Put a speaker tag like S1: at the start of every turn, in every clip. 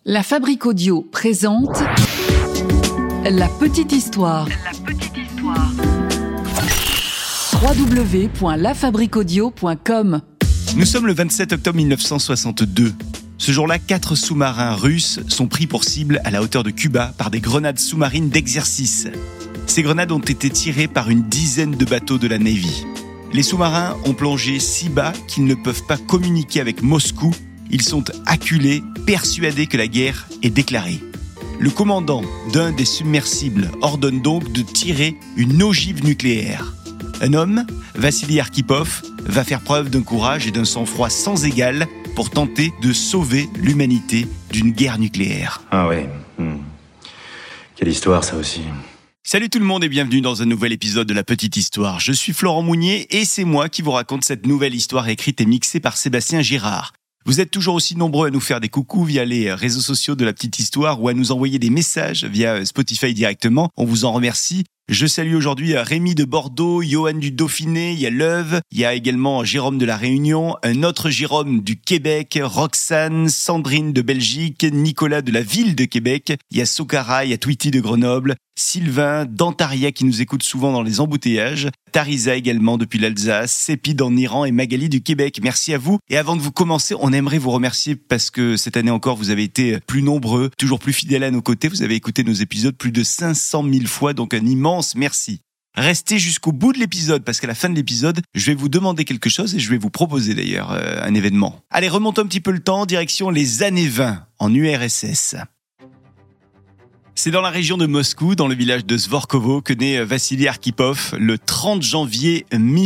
S1: La Fabrique Audio présente La Petite Histoire. www.lafabriqueaudio.com.
S2: Nous sommes le 27 octobre 1962. Ce jour-là, 4 sous-marins russes sont pris pour cible à la hauteur de Cuba par des grenades sous-marines d'exercice. Ces grenades ont été tirées par une dizaine de bateaux de la Navy. Les sous-marins ont plongé si bas qu'ils ne peuvent pas communiquer avec Moscou. Ils sont acculés, persuadés que la guerre est déclarée. Le commandant d'un des submersibles ordonne donc de tirer une ogive nucléaire. Un homme, Vassili Arkhipov, va faire preuve d'un courage et d'un sang-froid sans égal pour tenter de sauver l'humanité d'une guerre nucléaire.
S3: Ah ouais. Quelle histoire ça aussi.
S2: Salut tout le monde et bienvenue dans un nouvel épisode de La Petite Histoire. Je suis Florent Mounier et c'est moi qui vous raconte cette nouvelle histoire écrite et mixée par Sébastien Girard. Vous êtes toujours aussi nombreux à nous faire des coucous via les réseaux sociaux de La Petite Histoire ou à nous envoyer des messages via Spotify directement. On vous en remercie. Je salue aujourd'hui Rémi de Bordeaux, Johan du Dauphiné, il y a Leuve, il y a également Jérôme de la Réunion, un autre Jérôme du Québec, Roxane, Sandrine de Belgique, Nicolas de la ville de Québec, il y a Sokara, il y a Tweety de Grenoble, Sylvain, Dantaria qui nous écoute souvent dans les embouteillages, Tariza également depuis l'Alsace, Sépide en Iran et Magali du Québec. Merci à vous. Et avant de vous commencer, on aimerait vous remercier parce que cette année encore, vous avez été plus nombreux, toujours plus fidèles à nos côtés. Vous avez écouté nos épisodes plus de 500 000 fois, donc un immense merci. Restez jusqu'au bout de l'épisode parce qu'à la fin de l'épisode, je vais vous demander quelque chose et je vais vous proposer d'ailleurs un événement. Allez, remontons un petit peu le temps, direction les années 20 en URSS. C'est dans la région de Moscou, dans le village de Svorkovo, que naît Vassili Arkhipov le 30 janvier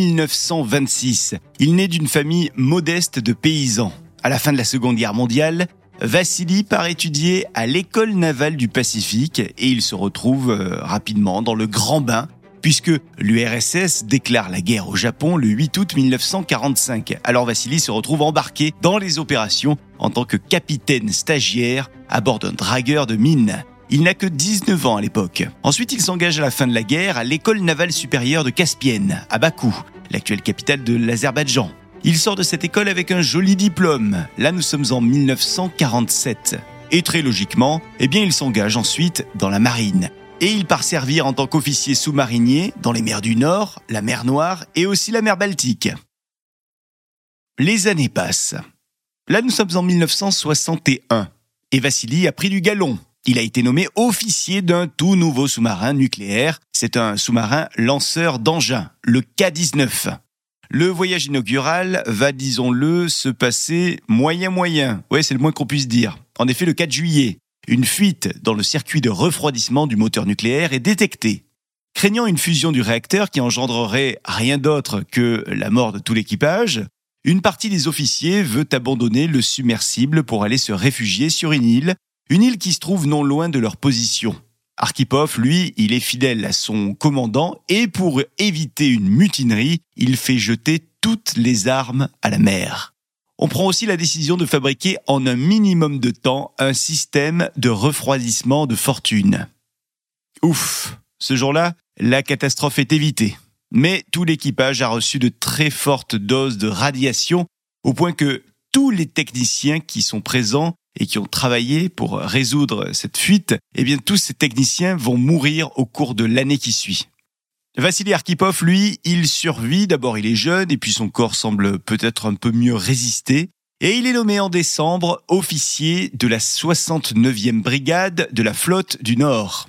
S2: 1926. Il naît d'une famille modeste de paysans. À la fin de la Seconde Guerre mondiale, Vassili part étudier à l'école navale du Pacifique et il se retrouve rapidement dans le grand bain puisque l'URSS déclare la guerre au Japon le 8 août 1945. Alors Vassili se retrouve embarqué dans les opérations en tant que capitaine stagiaire à bord d'un dragueur de mine. Il n'a que 19 ans à l'époque. Ensuite, il s'engage à la fin de la guerre à l'école navale supérieure de Caspienne, à Bakou, l'actuelle capitale de l'Azerbaïdjan. Il sort de cette école avec un joli diplôme. Là, nous sommes en 1947. Et très logiquement, il s'engage ensuite dans la marine. Et il part servir en tant qu'officier sous-marinier dans les mers du Nord, la mer Noire et aussi la mer Baltique. Les années passent. Là, nous sommes en 1961. Et Vassili a pris du galon. Il a été nommé officier d'un tout nouveau sous-marin nucléaire. C'est un sous-marin lanceur d'engins, le K-19. Le voyage inaugural va, disons-le, se passer moyen. Ouais, c'est le moins qu'on puisse dire. En effet, le 4 juillet, une fuite dans le circuit de refroidissement du moteur nucléaire est détectée. Craignant une fusion du réacteur qui engendrerait rien d'autre que la mort de tout l'équipage, une partie des officiers veut abandonner le submersible pour aller se réfugier sur une île qui se trouve non loin de leur position. Arkhipov, lui, il est fidèle à son commandant et pour éviter une mutinerie, il fait jeter toutes les armes à la mer. On prend aussi la décision de fabriquer en un minimum de temps un système de refroidissement de fortune. Ouf, ce jour-là, la catastrophe est évitée. Mais tout l'équipage a reçu de très fortes doses de radiation au point que tous les techniciens qui sont présents et qui ont travaillé pour résoudre cette fuite, tous ces techniciens vont mourir au cours de l'année qui suit. Vassili Arkhipov, lui, il survit. D'abord, il est jeune et puis son corps semble peut-être un peu mieux résister. Et il est nommé en décembre officier de la 69e brigade de la flotte du Nord.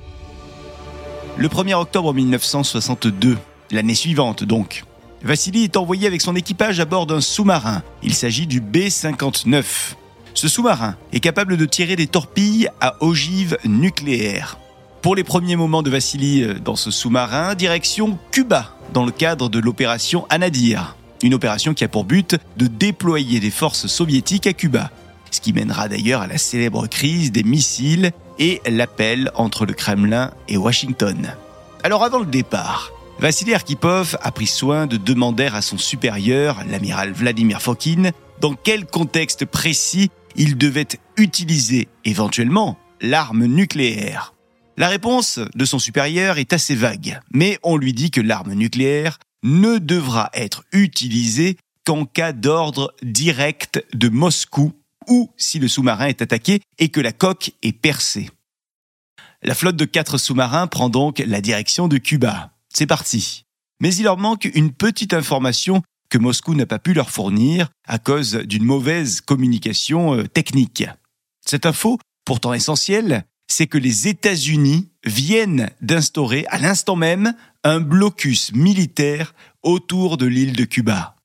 S2: Le 1er octobre 1962, l'année suivante donc, Vassili est envoyé avec son équipage à bord d'un sous-marin. Il s'agit du B-59. Ce sous-marin est capable de tirer des torpilles à ogive nucléaire. Pour les premiers moments de Vassili dans ce sous-marin, direction Cuba, dans le cadre de l'opération Anadyr. Une opération qui a pour but de déployer des forces soviétiques à Cuba. Ce qui mènera d'ailleurs à la célèbre crise des missiles et l'appel entre le Kremlin et Washington. Alors avant le départ, Vassili Arkhipov a pris soin de demander à son supérieur, l'amiral Vladimir Fokin, dans quel contexte précis il devait utiliser éventuellement l'arme nucléaire. La réponse de son supérieur est assez vague, mais on lui dit que l'arme nucléaire ne devra être utilisée qu'en cas d'ordre direct de Moscou ou si le sous-marin est attaqué et que la coque est percée. La flotte de 4 sous-marins prend donc la direction de Cuba. C'est parti. Mais il leur manque une petite information que Moscou n'a pas pu leur fournir à cause d'une mauvaise communication technique. Cette info, pourtant essentielle, c'est que les États-Unis viennent d'instaurer à l'instant même un blocus militaire autour de l'île de Cuba.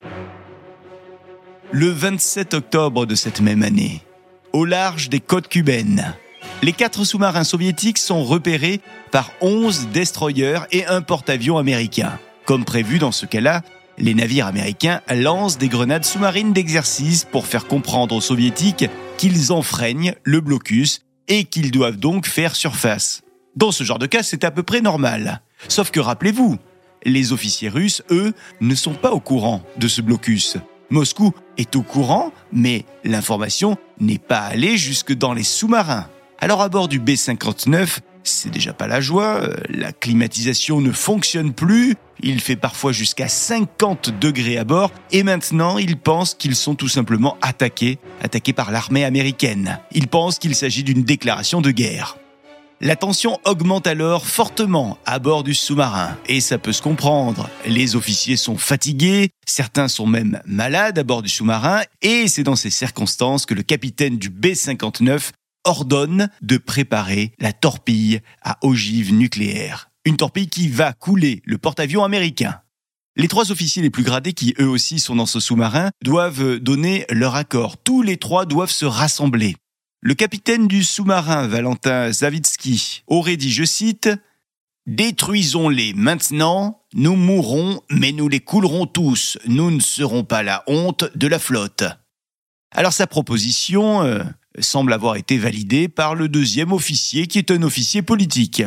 S2: Le 27 octobre de cette même année, au large des côtes cubaines, les 4 sous-marins soviétiques sont repérés par 11 destroyers et un porte-avions américain. Comme prévu dans ce cas-là, les navires américains lancent des grenades sous-marines d'exercice pour faire comprendre aux soviétiques qu'ils enfreignent le blocus et qu'ils doivent donc faire surface. Dans ce genre de cas, c'est à peu près normal. Sauf que rappelez-vous, les officiers russes, eux, ne sont pas au courant de ce blocus. Moscou est au courant, mais l'information n'est pas allée jusque dans les sous-marins. Alors à bord du B-59, c'est déjà pas la joie, la climatisation ne fonctionne plus, il fait parfois jusqu'à 50 degrés à bord, et maintenant ils pensent qu'ils sont tout simplement attaqués par l'armée américaine. Ils pensent qu'il s'agit d'une déclaration de guerre. La tension augmente alors fortement à bord du sous-marin, et ça peut se comprendre. Les officiers sont fatigués, certains sont même malades à bord du sous-marin, et c'est dans ces circonstances que le capitaine du B-59 ordonne de préparer la torpille à ogive nucléaire. Une torpille qui va couler le porte-avions américain. Les 3 officiers les plus gradés, qui eux aussi sont dans ce sous-marin, doivent donner leur accord. Tous les 3 doivent se rassembler. Le capitaine du sous-marin, Valentin Savitsky, aurait dit, je cite, « Détruisons-les maintenant, nous mourrons, mais nous les coulerons tous. Nous ne serons pas la honte de la flotte. » Alors sa proposition semble avoir été validée par le 2e officier, qui est un officier politique.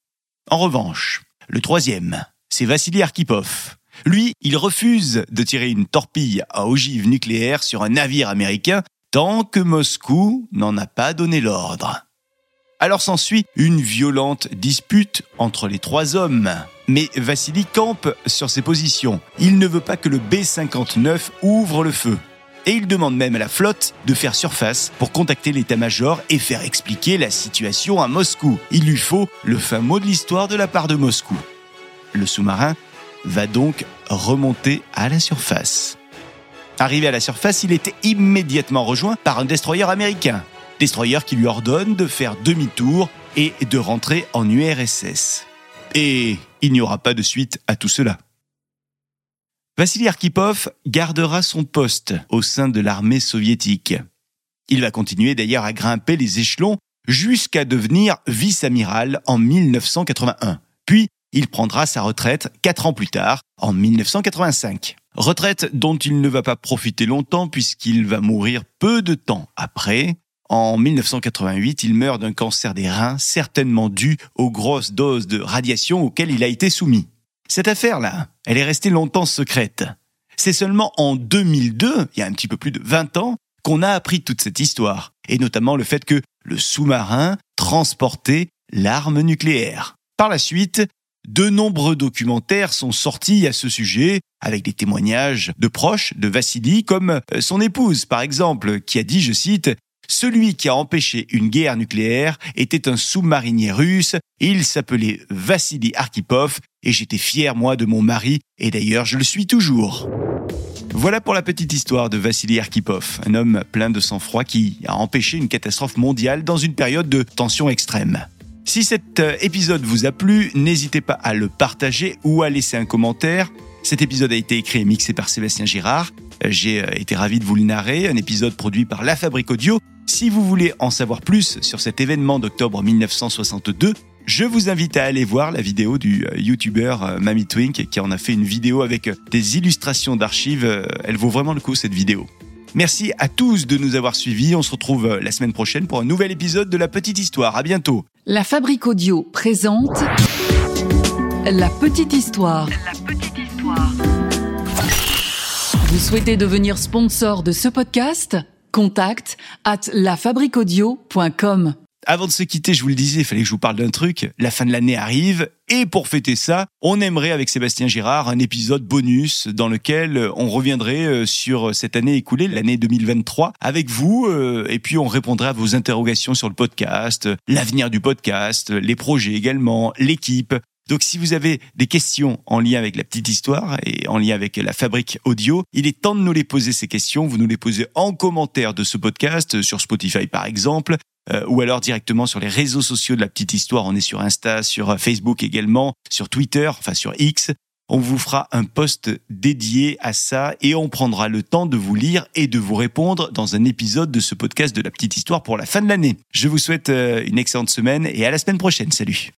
S2: En revanche, le 3e, c'est Vassili Arkhipov. Lui, il refuse de tirer une torpille à ogive nucléaire sur un navire américain tant que Moscou n'en a pas donné l'ordre. Alors s'ensuit une violente dispute entre les 3 hommes. Mais Vassili campe sur ses positions. Il ne veut pas que le B-59 ouvre le feu. Et il demande même à la flotte de faire surface pour contacter l'état-major et faire expliquer la situation à Moscou. Il lui faut le fin mot de l'histoire de la part de Moscou. Le sous-marin va donc remonter à la surface. Arrivé à la surface, il était immédiatement rejoint par un destroyer américain. Destroyer qui lui ordonne de faire demi-tour et de rentrer en URSS. Et il n'y aura pas de suite à tout cela. Vassili Arkhipov gardera son poste au sein de l'armée soviétique. Il va continuer d'ailleurs à grimper les échelons jusqu'à devenir vice-amiral en 1981. Puis, il prendra sa retraite 4 ans plus tard, en 1985. Retraite dont il ne va pas profiter longtemps puisqu'il va mourir peu de temps après. En 1988, il meurt d'un cancer des reins, certainement dû aux grosses doses de radiation auxquelles il a été soumis. Cette affaire-là, elle est restée longtemps secrète. C'est seulement en 2002, il y a un petit peu plus de 20 ans, qu'on a appris toute cette histoire, et notamment le fait que le sous-marin transportait l'arme nucléaire. Par la suite, de nombreux documentaires sont sortis à ce sujet, avec des témoignages de proches de Vassili, comme son épouse par exemple, qui a dit, je cite, « Celui qui a empêché une guerre nucléaire était un sous-marinier russe, il s'appelait Vassili Arkhipov, et j'étais fier moi de mon mari, et d'ailleurs je le suis toujours. » Voilà pour la petite histoire de Vassili Arkhipov, un homme plein de sang-froid qui a empêché une catastrophe mondiale dans une période de tension extrême. Si cet épisode vous a plu, n'hésitez pas à le partager ou à laisser un commentaire. Cet épisode a été écrit et mixé par Sébastien Girard. J'ai été ravi de vous le narrer, un épisode produit par La Fabrique Audio. Si vous voulez en savoir plus sur cet événement d'octobre 1962, je vous invite à aller voir la vidéo du youtubeur Mamie Twink qui en a fait une vidéo avec des illustrations d'archives. Elle vaut vraiment le coup cette vidéo. Merci à tous de nous avoir suivis. On se retrouve la semaine prochaine pour un nouvel épisode de La Petite Histoire. À bientôt.
S1: La Fabrique Audio présente La Petite Histoire. La Petite Histoire. Vous souhaitez devenir sponsor de ce podcast ? Contact @lafabriqueaudio.com.
S2: Avant de se quitter, je vous le disais, il fallait que je vous parle d'un truc. La fin de l'année arrive et pour fêter ça, on aimerait avec Sébastien Girard un épisode bonus dans lequel on reviendrait sur cette année écoulée, l'année 2023, avec vous et puis on répondrait à vos interrogations sur le podcast, l'avenir du podcast, les projets également, l'équipe. Donc si vous avez des questions en lien avec la petite histoire et en lien avec la fabrique audio, il est temps de nous les poser ces questions. Vous nous les posez en commentaire de ce podcast, sur Spotify par exemple, ou alors directement sur les réseaux sociaux de la petite histoire. On est sur Insta, sur Facebook également, sur Twitter, enfin sur X. On vous fera un post dédié à ça et on prendra le temps de vous lire et de vous répondre dans un épisode de ce podcast de la petite histoire pour la fin de l'année. Je vous souhaite une excellente semaine et à la semaine prochaine. Salut.